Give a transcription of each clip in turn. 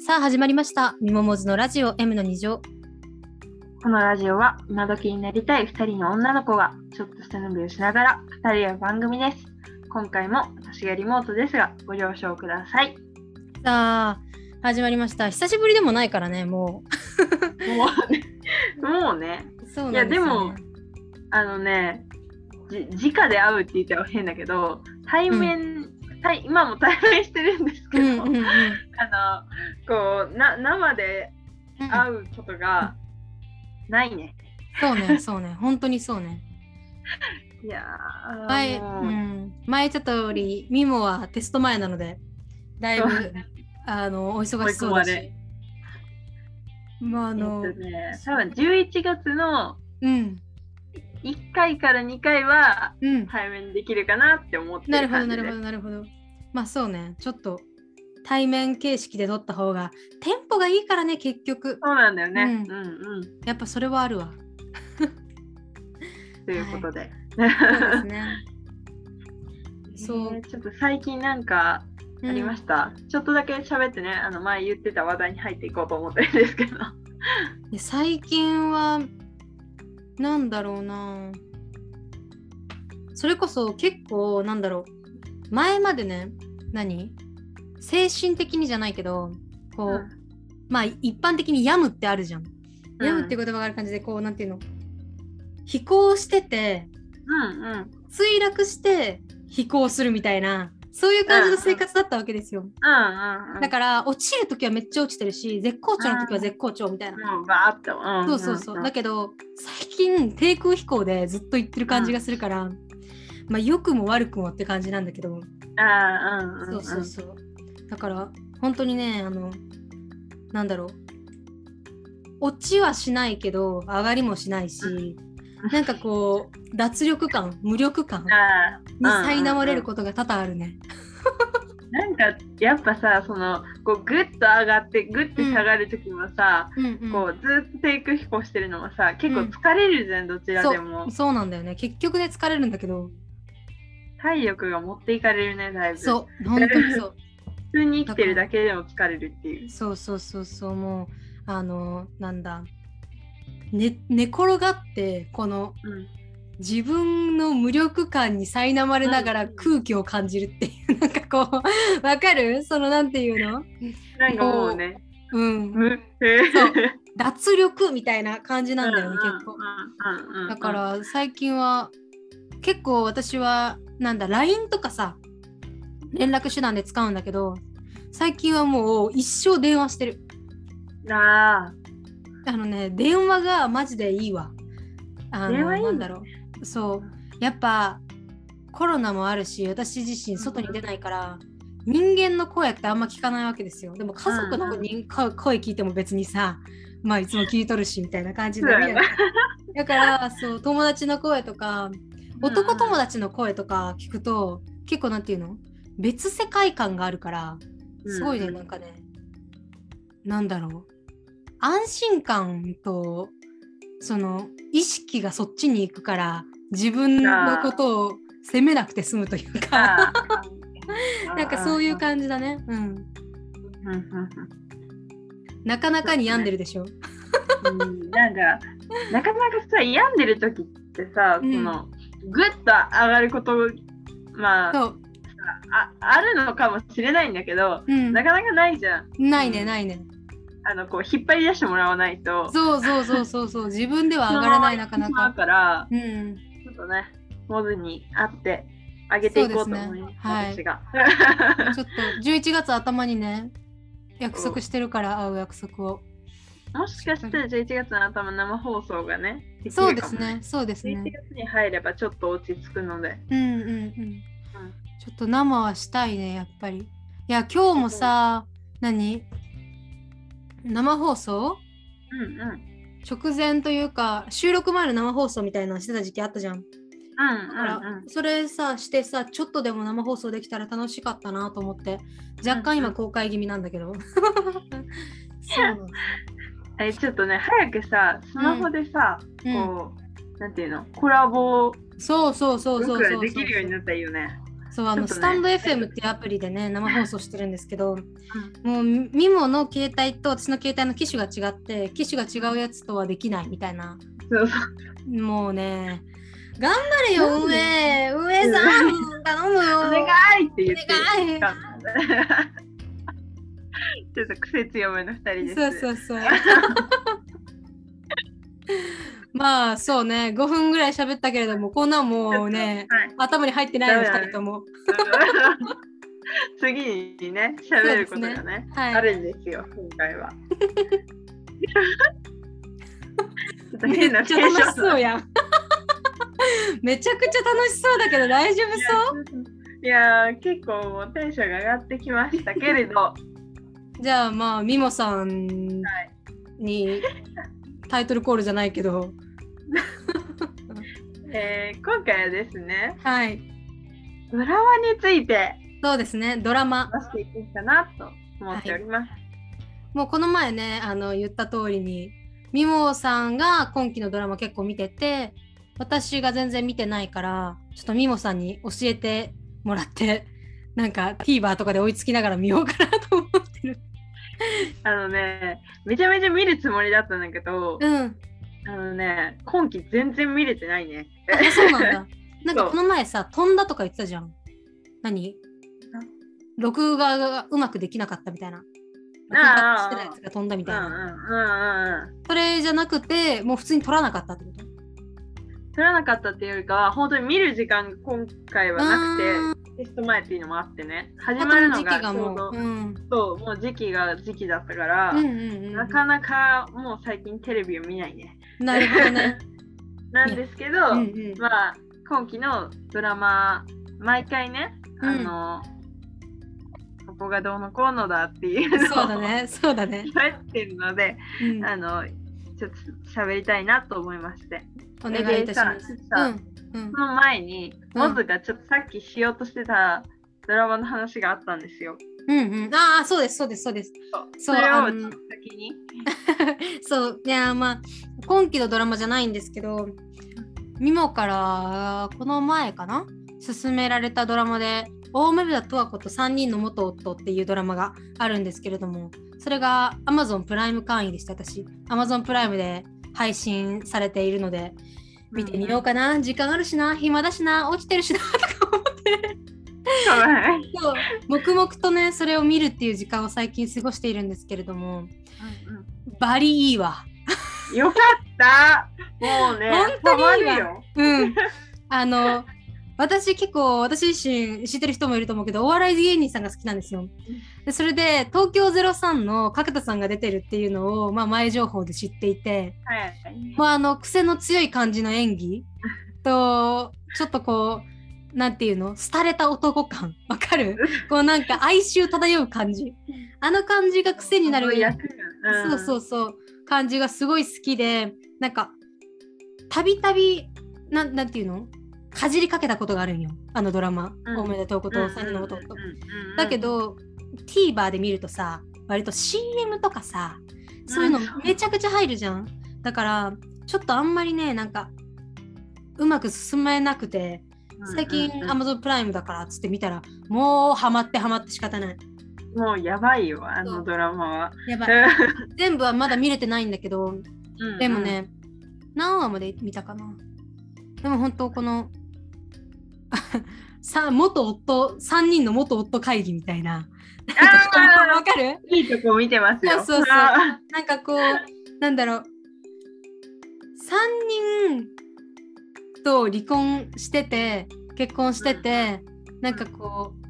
さあ始まりました。みももずのラジオ M の2乗。 このラジオは今時になりたい2人の女の子がちょっとした準備をしながら語り合う番組です。今回も私がリモートですがご了承ください。 さあ始まりました。久しぶりでもないからね、もうもうね。 そうなんですよね。 いやでも直で会うって言っちゃ変だけど、対面、今も対面してるんですけど、生で会うことがないね。 そうね、本当にそうね。 いや前言った通り、ミモはテスト前なので、だいぶお忙しそうだし。 多分11月の1回から2回は対面できるかなって思ってる感じで。 なるほど。まあそうね、ちょっと対面形式で撮った方がテンポがいいからね、結局。 そうなんだよね。 やっぱそれはあるわ。 ということで。 そうですね。 そう。ちょっと最近なんかありました。ちょっとだけ喋ってね、前言ってた話題に入っていこうと思ってるんですけど。 最近はなんだろうな。それこそ結構前までね、精神的にじゃないけど、まあ一般的に病むってあるじゃん。病むって言葉がある感じで、飛行してて、墜落して飛行するみたいな、そういう感じの生活だったわけですよ。だから落ちるときはめっちゃ落ちてるし、絶好調のときは絶好調みたいな。そう。だけど最近低空飛行でずっと行ってる感じがするから、まあ良くも悪くもって感じなんだけど。そう。だから本当にね、落ちはしないけど上がりもしないし、脱力感、無力感に苛まれることが多々あるね。 やっぱさ、グッと上がってグッて下がるときもさ、ずっと低空飛行してるのもさ、結構疲れるじゃん、どちらでも。 そうなんだよね。結局ね、疲れるんだけど、 体力が持っていかれるね、だいぶ。 そう、本当にそう。 普通に生きてるだけでも疲れるっていう。 そう、もう寝転がって自分の無力感に苛まれながら空気を感じるっていう、わかる？なんていうの？ もうね、 そう脱力みたいな感じなんだよね、結構。だから最近は結構私はLINE とかさ、連絡手段で使うんだけど、最近はもう一生電話してる。電話がマジでいいわ。そうやっぱコロナもあるし、私自身外に出ないから、人間の声ってあんま聞かないわけですよ。でも家族の声聞いても別にさ、まあいつも聞いとるしみたいな感じになるやん。だから友達の声とか男友達の声とか聞くと結構別世界観があるから、すごいね、安心感と意識がそっちに行くから、自分のことを責めなくて済むというかそういう感じだね。なかなかに病んでるでしょ。 なかなかさ、病んでる時ってさ、グッと上がること、あるのかもしれないんだけど、なかなかないじゃん。 ないね。 引っ張り出してもらわないと。 そう自分では上がらない、なかなか。 だから、ちょっとね、モズに会ってあげていこうと思います。私が。 ちょっと11月頭にね、約束してるから、会う約束を。 もしかして11月の頭生放送がね、 そうですね。 11月に入ればちょっと落ち着くので。 ちょっと生はしたいね、やっぱり。いや、今日もさ、生放送、直前というか収録前の生放送みたいなのしてた時期あったじゃん。だからそれさしてさ、ちょっとでも生放送できたら楽しかったなと思って、若干今公開気味なんだけど。 ちょっとね、早くさ、スマホでさ、なんていうの、コラボそうできるようになったらいいよね。 そう、 ちょっとねスタンド FM っていうアプリでね、生放送してるんですけど、もうミモの携帯と私の携帯の機種が違って、機種が違うやつとはできないみたいな。 そうそう。 もうね、頑張れよ、運営さん、頼むよ。 お願いって言ってお願いちょっと癖強めの2人です。 そう。まあそうね、5分ぐらい喋ったけれども、こんなんもうね、 はい、 頭に入ってないの、2人とも。 次にね、喋ることがね、はい、あるんですよ、今回は。 めっちゃ楽しそうやん。めちゃくちゃ楽しそうだけど大丈夫そう？ いや結構もうテンションが上がってきましたけれど。 じゃあまあミモさんにタイトルコールじゃないけど、 今回はですね、 はい、 ドラマについてそうですね、ドラマ話していこうかなと思っております。はい、 もうこの前ね言った通りにミモさんが今期のドラマ結構見てて、私が全然見てないからちょっとミモさんに教えてもらって、なんか TVer とかで追いつきながら見ようかなと思ってる。 めちゃめちゃ見るつもりだったんだけど、 うん、 今期全然見れてないね。 そうなんだ。なんかこの前さ、飛んだとか言ってたじゃん。何？録画がうまくできなかったみたいな。録画してたやつが飛んだみたいな。それじゃなくて、もう普通に撮らなかったってこと？ 撮らなかったっていうよりかは、本当に見る時間が今回はなくて、テスト前っていうのもあってね、始まるのがちょうど、そう、もう時期だったから、なかなかもう最近テレビを見ないね。 なるほどね。 なんですけど、まあ、今期のドラマ、毎回ね、ここがどうのこうのだっていうのをそうだね。 言ってるので、ちょっと喋りたいなと思いまして。 お願いいたします。 その前に、モズがちょっとさっきしようとしてたドラマの話があったんですよ。 ああ、そうです。それをちょっと先に。 そう、いや、まあ、今期のドラマじゃないんですけど、ミモからこの前かな勧められたドラマで、大豆田十和子と3人の元夫っていうドラマがあるんですけれども、それが Amazon プライム会員でした。私 Amazon プライムで配信されているので見てみようかな、時間あるしな、暇だしな、落ちてるしなとか思ってそう黙々とねそれを見るっていう時間を最近過ごしているんですけれども、バリいいわ。 よかったもうね本当にいいわ。私自身知ってる人もいると思うけど、お笑い芸人さんが好きなんですよ。でそれで東京03の角田さんが出てるっていうのを、前情報で知っていて、癖の強い感じの演技とちょっとこうなんていうの、廃れた男感わかる？こうなんか哀愁漂う感じ、あの感じが癖になるそう感じがすごい好きで、なんかたびたびなんていうの、かじりかけたことがあるんよ、あのドラマ、大豆田十和子と3人の弟。だけど TVer で見るとさ、割と CM とかさ、そういうのめちゃくちゃ入るじゃん。だからちょっとあんまりね、なんかうまく進めなくて、最近 Amazon プライムだからっつって見たら、もうハマって仕方ない。 もうやばいよ、あのドラマは。 やばい全部はまだ見れてないんだけど、でもね、何話まで見たかな。でも本当この元夫3人の元夫会議みたいな、わかる？ いいとこ見てますよ。 そうなんかこうなんだろう、3人と離婚してて結婚してて、なんかこう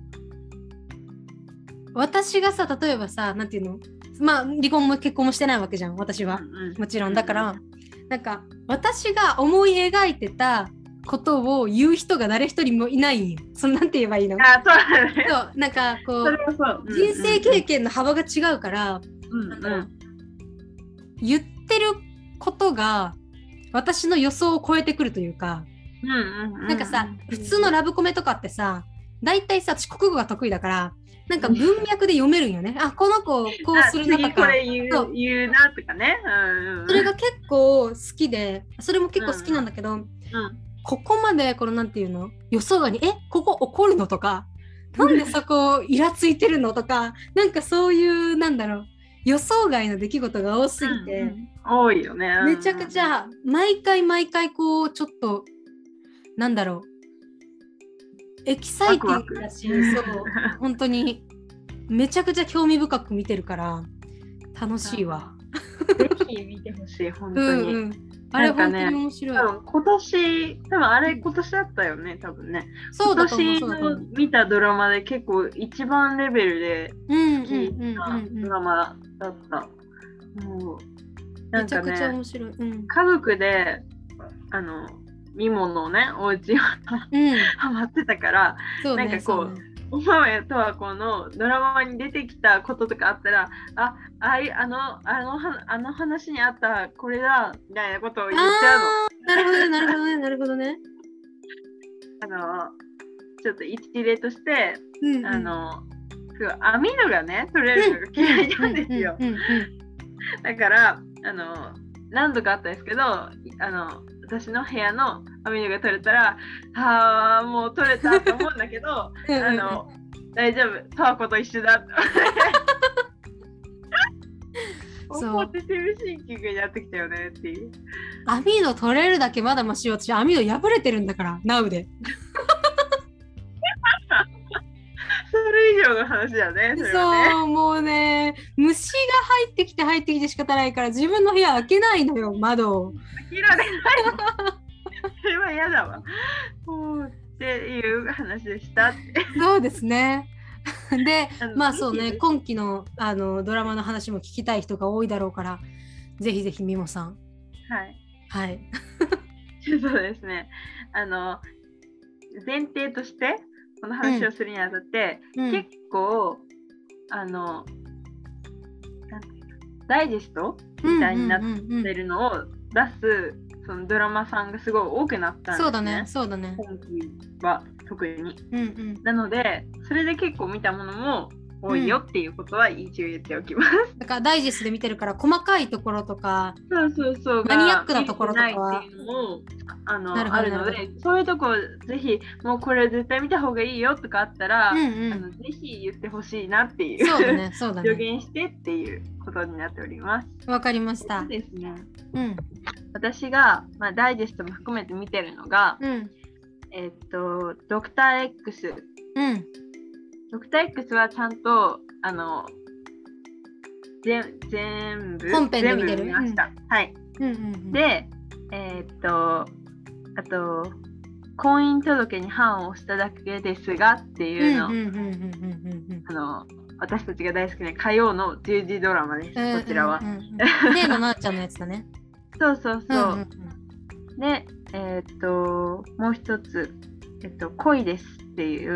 私がさ、例えばさ、なんていうの、離婚も結婚もしてないわけじゃん、私は。もちろんだから、なんか私が思い描いてたことを言う人が誰一人もいないんよ。なんて言えばいいの？ そうだね。 そう、なんかこう、人生経験の幅が違うから、言ってることが私の予想を超えてくるというか、なんかさ、普通のラブコメとかってさ、大体さ、私国語が得意だから、なんか文脈で読めるんよね。あ、この子こうするなとか、 これ言うなとかね。 それが結構好きで、それも結構好きなんだけど、 ここまでこのなんていうの予想外にここ怒るのとかなんでそこイラついてるのとかなんかそういうなんだろう予想外の出来事が多すぎて、 多いよね。 めちゃくちゃ毎回こうちょっとなんだろうエキサイティングだし、そう本当にめちゃくちゃ興味深く見てるから楽しいわ。 ぜひ見てほしい本当に。 あれ本当に面白い。 今年あれ今年だったよね多分ね。 そうだと思う。 今年の見たドラマで結構一番レベルで聞いたドラマだった。もうなんかね、めちゃくちゃ面白い。家族でミモのねお家はハマってたから、なんかこう。おままやとはこのドラマに出てきたこととかあったらあの話にあったこれだみたいなことを言っちゃうの。 なるほどね。 ちょっと一例として、網戸がね取れるのが嫌いなんですよ。だから何度かあったんですけど私の部屋の網戸が取れたらもう取れたと思うんだけど大丈夫、トワコと一緒だってポジティブシンキングになってきたよねっていう。 網戸取れるだけまだマシよ。私網戸破れてるんだからナウでそれ以上の話だね。 そうもうね虫が入ってきて仕方ないから自分の部屋開けないのよ窓を。 開けられないそれは嫌だわっていう話でしたって。 そうですね。でまあそうね今期のドラマの話も聞きたい人が多いだろうからぜひぜひミモさん。はいそうですね。前提としてこの話をするにあたって、結構ダイジェストみたいになってるのを出すそのドラマさんがすごい多くなったんですね。 そうだね。 今期は特に。なのでそれで結構見たものも多いよっていうことは一応言っておきます。 だからダイジェストで見てるから細かいところとかそうマニアックなところとかはっていうのもあるので、そういうとこぜひもうこれ絶対見た方がいいよとかあったら、ぜひ言ってほしいなっていう、 そうだね助言してっていうことになっております。 わかりました。 そうですね。私が、ダイジェストも含めて見てるのが、ドクター X。ドクター X はちゃんと全部本編で見てる。 見ました。はい。で、あと婚姻届に判をしただけですがっていうの私たちが大好きな火曜の10時ドラマです。こちらは。 例のなーちゃんのやつだね。 そう。で、もう一つ、恋ですっていう。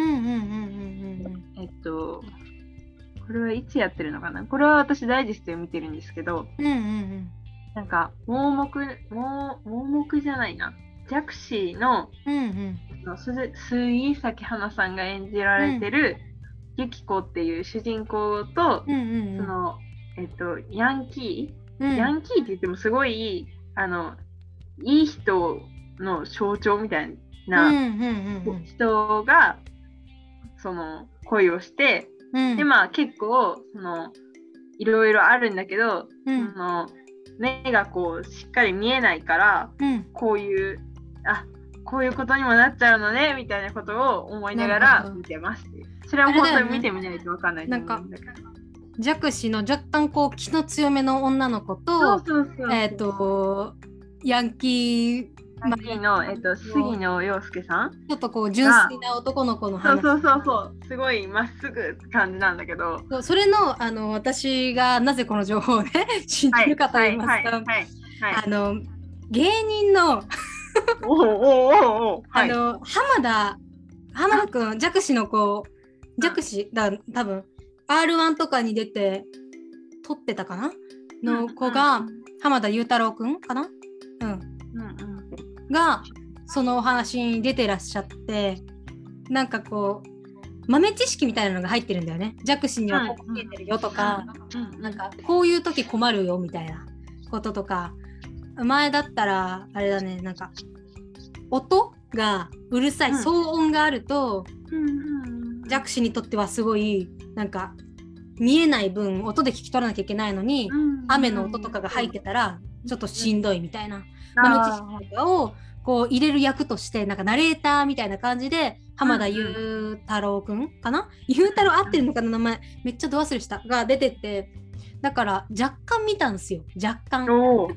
これはいつやってるのかな。これは私ダイジェストで見てるんですけど、なんか盲目じゃないな。弱視の杉咲花さんが演じられてるユキコっていう主人公と、そのヤンキーって言ってもすごいいい人の象徴みたいな人がその恋をして、で結構いろいろあるんだけど、その目がこうしっかり見えないから、こういうことにもなっちゃうのねみたいなことを思いながら見てます。それは本当に見てみないと分かんないと思うんだけど。 弱視の若干こう気の強めの女の子とヤンキーの、杉野遥亮さんちょっとこう純粋な男の子の話。 そうすごいまっすぐって感じなんだけど、 それの私がなぜこの情報をね知ってるかと言いますと、芸人の浜田くん弱視の子弱視だ多分 R1 とかに出て撮ってたかなの子が浜田雄太郎くんかながそのお話に出てらっしゃって、なんかこう豆知識みたいなのが入ってるんだよね。弱視にはこう見えてるよとか、なんかこういう時困るよみたいなこととか、前だったらあれだね、なんか音がうるさい、騒音があると、弱視にとってはすごいなんか見えない分音で聞き取らなきゃいけないのに、雨の音とかが入ってたらちょっとしんどいみたいな豆知識をこう入れる役として、なんかナレーターみたいな感じで浜田雄太郎くんかな、雄太郎合ってるのかな、名前めっちゃど忘れしたが出てって、だから若干見たんですよ、若干。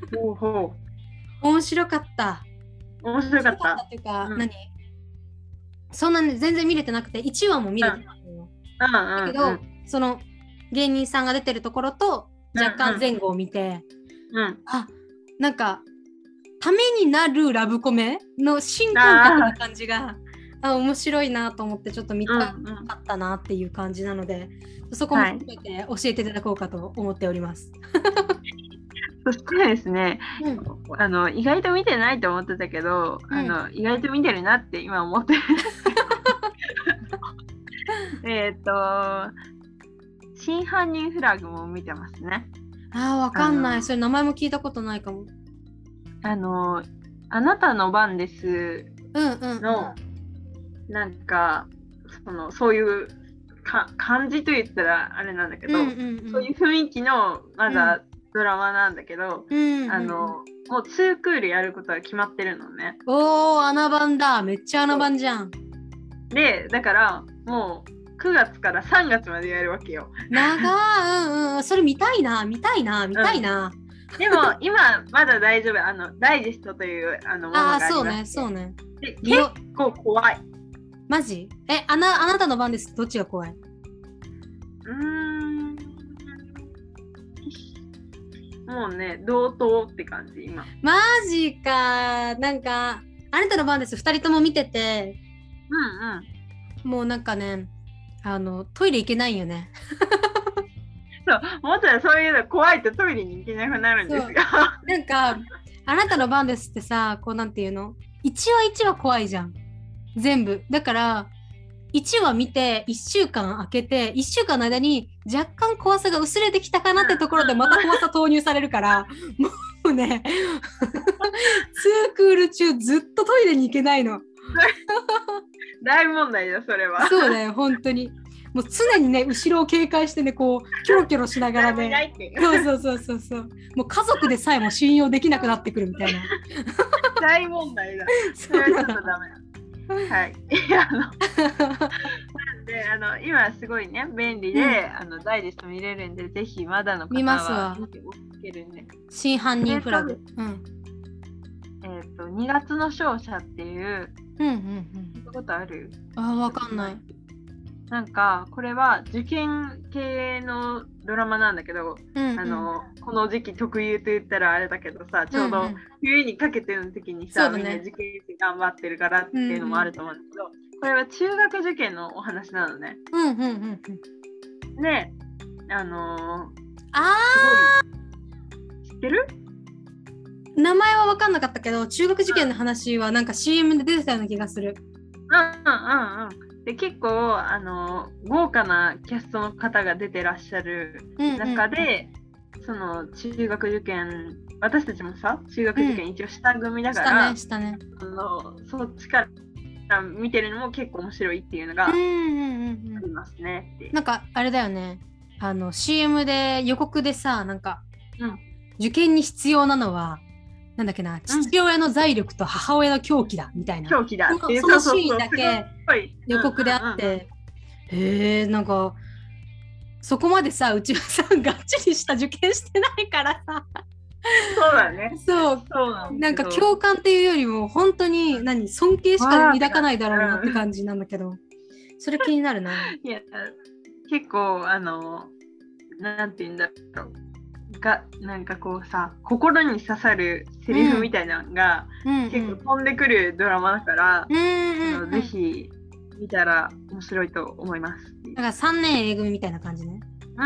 面白かった。 面白かったっていうか、何そんなね全然見れてなくて、1話も見れてないのよ。だけど、その芸人さんが出てるところと若干前後を見て、あ、なんかためになるラブコメの新感覚な感じが面白いなと思って、ちょっと見たかったなっていう感じなので、そこも含めて教えていただこうかと思っております。 そしてですね、意外と見てないと思ってたけど、意外と見てるなって今思ってる真犯人フラグも見てますね。 わかんない。それ名前も聞いたことないかも。 あなたの番ですの、なんかそういう感じと言ったらあれなんだけど、そういう雰囲気のまだドラマなんだけど、もう2クールやることは決まってるのね。 穴番だ。めっちゃ穴番じゃん。 でだからもう9月から3月までやるわけよ。 長それ見たいな。でも今まだ大丈夫。ダイジェストというものがあります。 そうね。 で結構怖い。 マジ？あなたの番です。どっちが怖い？ もうね、同等って感じ今。 マジか。なんかあなたの番です。2人とも見てて、もうなんかね、トイレ行けないよね。 そう、もっとそういうの怖いとトイレに行けなくなるんですが。 なんかあなたの番ですってさ、こうなんていうの、1話怖いじゃん全部。だから1話見て1週間空けて、1週間の間に若干怖さが薄れてきたかなってところでまた怖さ投入されるからもうね2クール中ずっとトイレに行けないの。 大問題だそれは。 そうだよ本当に。もう常にね後ろを警戒してね、こうキョロキョロしながらねそうもう家族でさえも信用できなくなってくるみたいな。 大問題だ。それはちょっとダメだ。はい。なんで今すごいね便利で、ダイジェスト見れるんで、ぜひまだの方は見ますわ。真犯人フラグ。 2月の勝者っていう。聞いたことある？ わかんない。 なんかこれは受験系のドラマなんだけど、この時期特有と言ったらあれだけどさ、ちょうど冬にかけての時にさ、みんな受験生頑張ってるからっていうのもあると思うんだけど、これは中学受験のお話なのね。で、知ってる？ 名前は分かんなかったけど、中学受験の話はなんか CM で出てたような気がする。 で結構豪華なキャストの方が出てらっしゃる中で、その中学受験、私たちもさ中学受験一応下組だから、 したね。 そっちから見てるのも結構面白いっていうのがありますね。 なんかあれだよね、CM で予告でさ、なんか、受験に必要なのはなんだっけな、父親の財力と母親の狂気だみたいな、 狂気だっていうそのシーンだけ予告であって、なんかそこまでさうちはさがっちりした受験してないからさそうだね。 そうなんか共感っていうよりも本当に尊敬しか抱かないだろうなって感じなんだけど、それ気になるな。 いや結構なんて言うんだろうが、なんかこうさ、心に刺さるセリフみたいなのが、結構飛んでくるドラマだから、ぜひ見たら面白いと思います。 なんか3年 A 組みたいな感じね。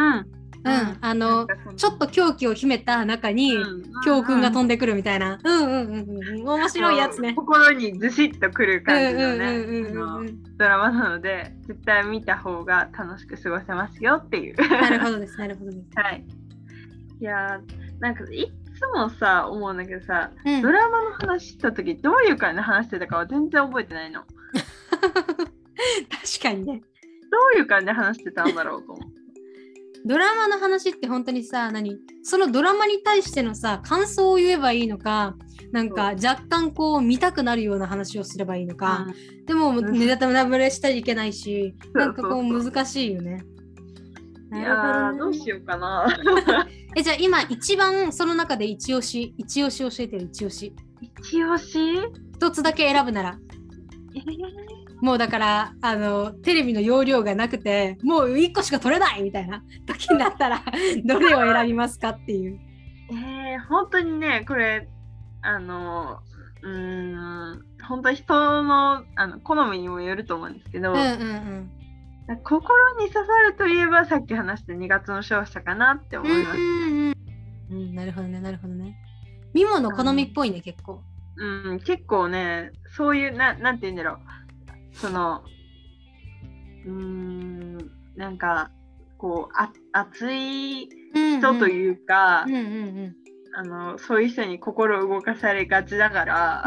ちょっと狂気を秘めた中に教訓が飛んでくるみたいな、面白いやつね。 心にずしっとくる感じのねドラマなので、絶対見た方が楽しく過ごせますよっていう。 なるほどです。 はい。いやなんかいつもさ思うんだけどさ、ドラマの話した時どういう感じで話してたかは全然覚えてないの。 確かにね。 どういう感じで話してたんだろうと思う。 ドラマの話って本当にさ、そのドラマに対してのさ、感想を言えばいいのか、なんか若干こう見たくなるような話をすればいいのか、でもネタバレしたらいけないし、なんかこう難しいよね。 いやどうしようかな。 じゃあ今一番その中で一押し教えてる。一押し一つだけ選ぶなら。もうだからテレビの容量がなくてもう1個しか取れないみたいな時になったらどれを選びますかっていう。 本当にねこれ本当人の好みにもよると思うんですけど、心に刺さるといえばさっき話した2月の勝者かなって思います。 なるほどね。ミモの好みっぽいね、結構。 結構ねそういうなんて言うんだろう。なんかこう熱い人というか、そういう人に心動かされがちだから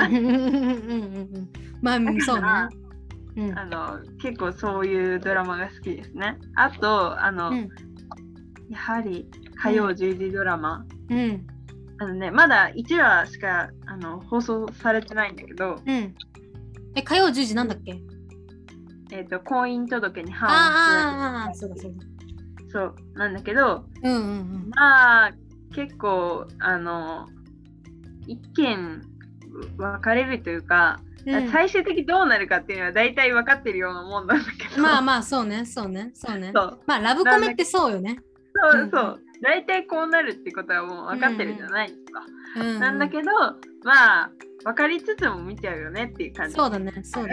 まあそうね、 結構そういうドラマが好きですね。あとやはり火曜10時ドラマ、まだ1話しか放送されてないんだけど、 火曜10時なんだっけ？ 婚姻届に判をそうだそうなんだけど、まあ結構意見分かれるというか、最終的にどうなるかっていうのは大体分かってるようなもんなんだけど、 まあそうねまあラブコメってそうよね。 そう大体こうなるってことはもう分かってるじゃないですか。なんだけどまあ分かりつつも見ちゃうよねっていう感じ。 そうだね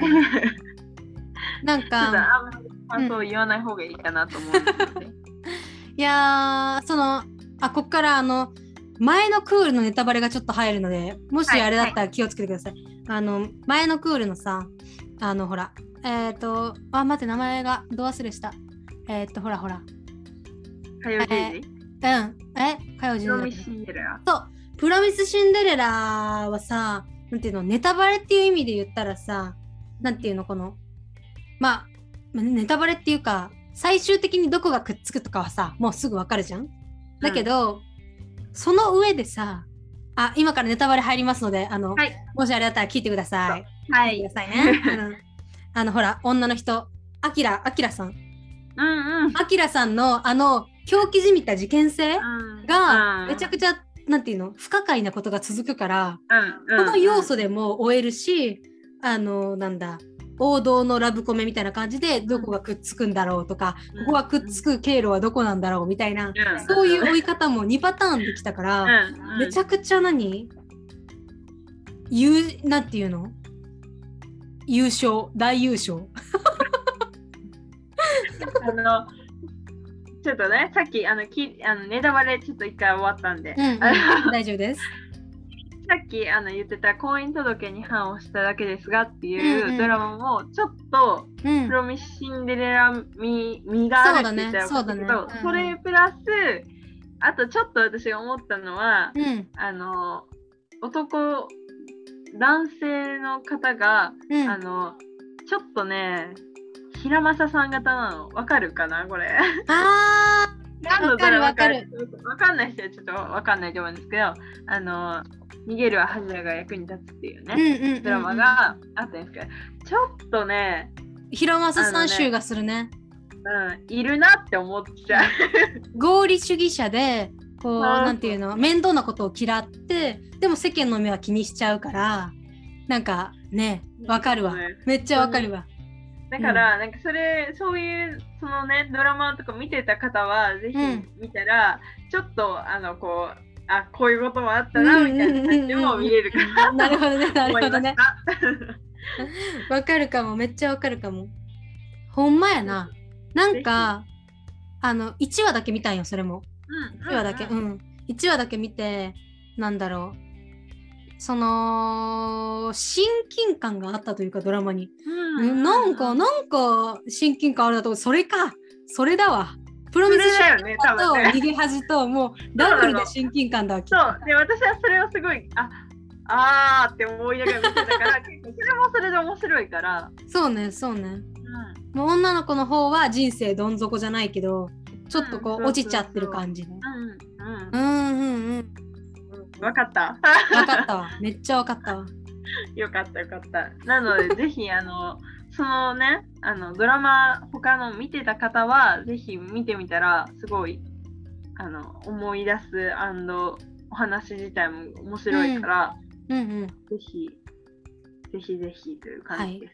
なんかあんまり感想を言わない方がいいかなと思うんですね。 いやこっから前のクールのネタバレがちょっと入るので、もしあれだったら気をつけてください。前のクールのさほら待って名前がど忘れした。ほら火曜10時火曜10時プロミスシンデレラ。 そうプロミスシンデレラはさ、なんていうの、ネタバレっていう意味で言ったらさ、なんていうの、まあネタバレっていうか最終的にどこがくっつくとかはさもうすぐわかるじゃん。だけど、その上でさ今からネタバレ入りますのでもしあれだったら聞いてください。聞いてくださいね。ほら女の人アキラさん、アキラさんの狂気じみた事件性がめちゃくちゃなんていうの不可解なことが続くから、この要素でも終えるし、なんだ王道のラブコメみたいな感じでどこがくっつくんだろうとか、ここがくっつく経路はどこなんだろうみたいな、そういう追い方も2パターンできたから、めちゃくちゃなんていうの大優勝ちょっとねさっきネタバレちょっと一回終わったんで、 大丈夫です。 さっき言ってた婚姻届に判をしただけですがっていうドラマもちょっとプロミスシンデレラ味があるって言ったら分かるけど、それプラスあとちょっと私が思ったのは、男性の方が、ちょっとね平正さん型なの分かるかなこれ。 分かる分かんない人はちょっと分かんないと思うんですけど、逃げるは恥が役に立つっていうね、ドラマがあったんですけど、ちょっとね平正さん臭がするね。 いるなって思っちゃう。 合理主義者でこうなんていうの面倒なことを嫌ってでも世間の目は気にしちゃうからなんかね分かるわ、めっちゃ分かるわ。 だから、なんかそういうそのねドラマとか見てた方はぜひ見たら、ちょっとこういうこともあったなみたいな感じでも見れるかな。なるほどね。 わかるかも、めっちゃわかるかも。ほんまやな。なんか1話だけ見たんよ、それも。1話だけ、1話だけ見て、なんだろう。その親近感があったというかドラマに、なんか親近感あるなと、それだわっプロミスだよね、多分ね。 逃げ恥ともうダブルで親近感だわけ。 そうで、私はそれをすごいあーって思いながら見てたから結構それもそれで面白いから。 そうね、もう女の子の方は人生どん底じゃないけどちょっとこう落ちちゃってる感じね。 わかったわかったわ、めっちゃわかったわ。 よかった。なのでぜひそのねドラマ他の見てた方はぜひ見てみたらすごい思い出すお話自体も面白いから、ぜひという感じです。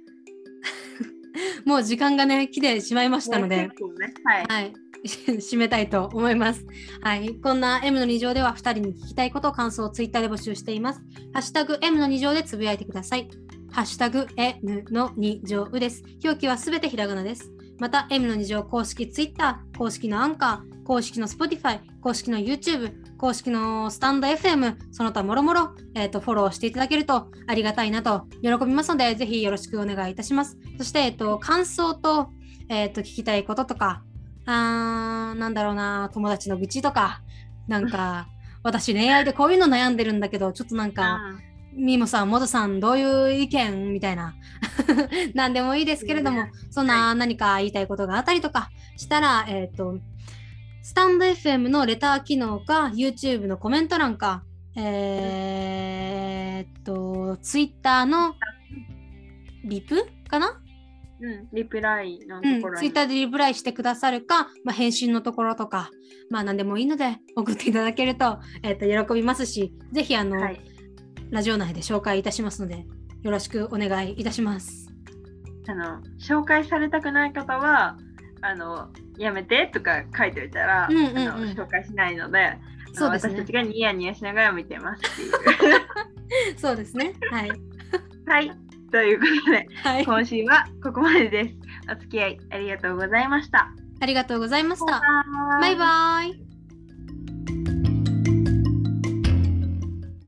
もう時間がね来てしまいましたので、締めたいと思います。はい、こんな M の2乗では2人に聞きたいこと感想をツイッターで募集しています。ハッシュタグ M の2乗でつぶやいてください。ハッシュタグ M の2乗です。表記はすべてひらがなです。また M の2乗公式ツイッター、公式のアンカー、公式の Spotify、公式の YouTube、公式のスタンド FM、その他もろもろフォローしていただけるとありがたいなと喜びますので、ぜひよろしくお願いいたします。そして感想と聞きたいこととか、なんだろうな、友達の愚痴とか、なんか私恋愛でこういうの悩んでるんだけど、ちょっとなんかミモさん、モトさんどういう意見みたいな何でもいいですけれども、そんな何か言いたいことがあったりとかしたら、スタンド FM のレター機能か YouTube のコメント欄か、Twitter のリプかな、 リプライのところに、 ツイッターでリプライしてくださるか、返信のところとか、何でもいいので送っていただけると、喜びますし、ぜひラジオ内で紹介いたしますので、よろしくお願いいたします。 紹介されたくない方はやめてとか書いておいたら、紹介しないので、そうですね、私たちがニヤニヤしながら見てますっていうそうですね、 はいということで、今週はここまでです。お付き合いありがとうございました。 ありがとうございました。バイバイ。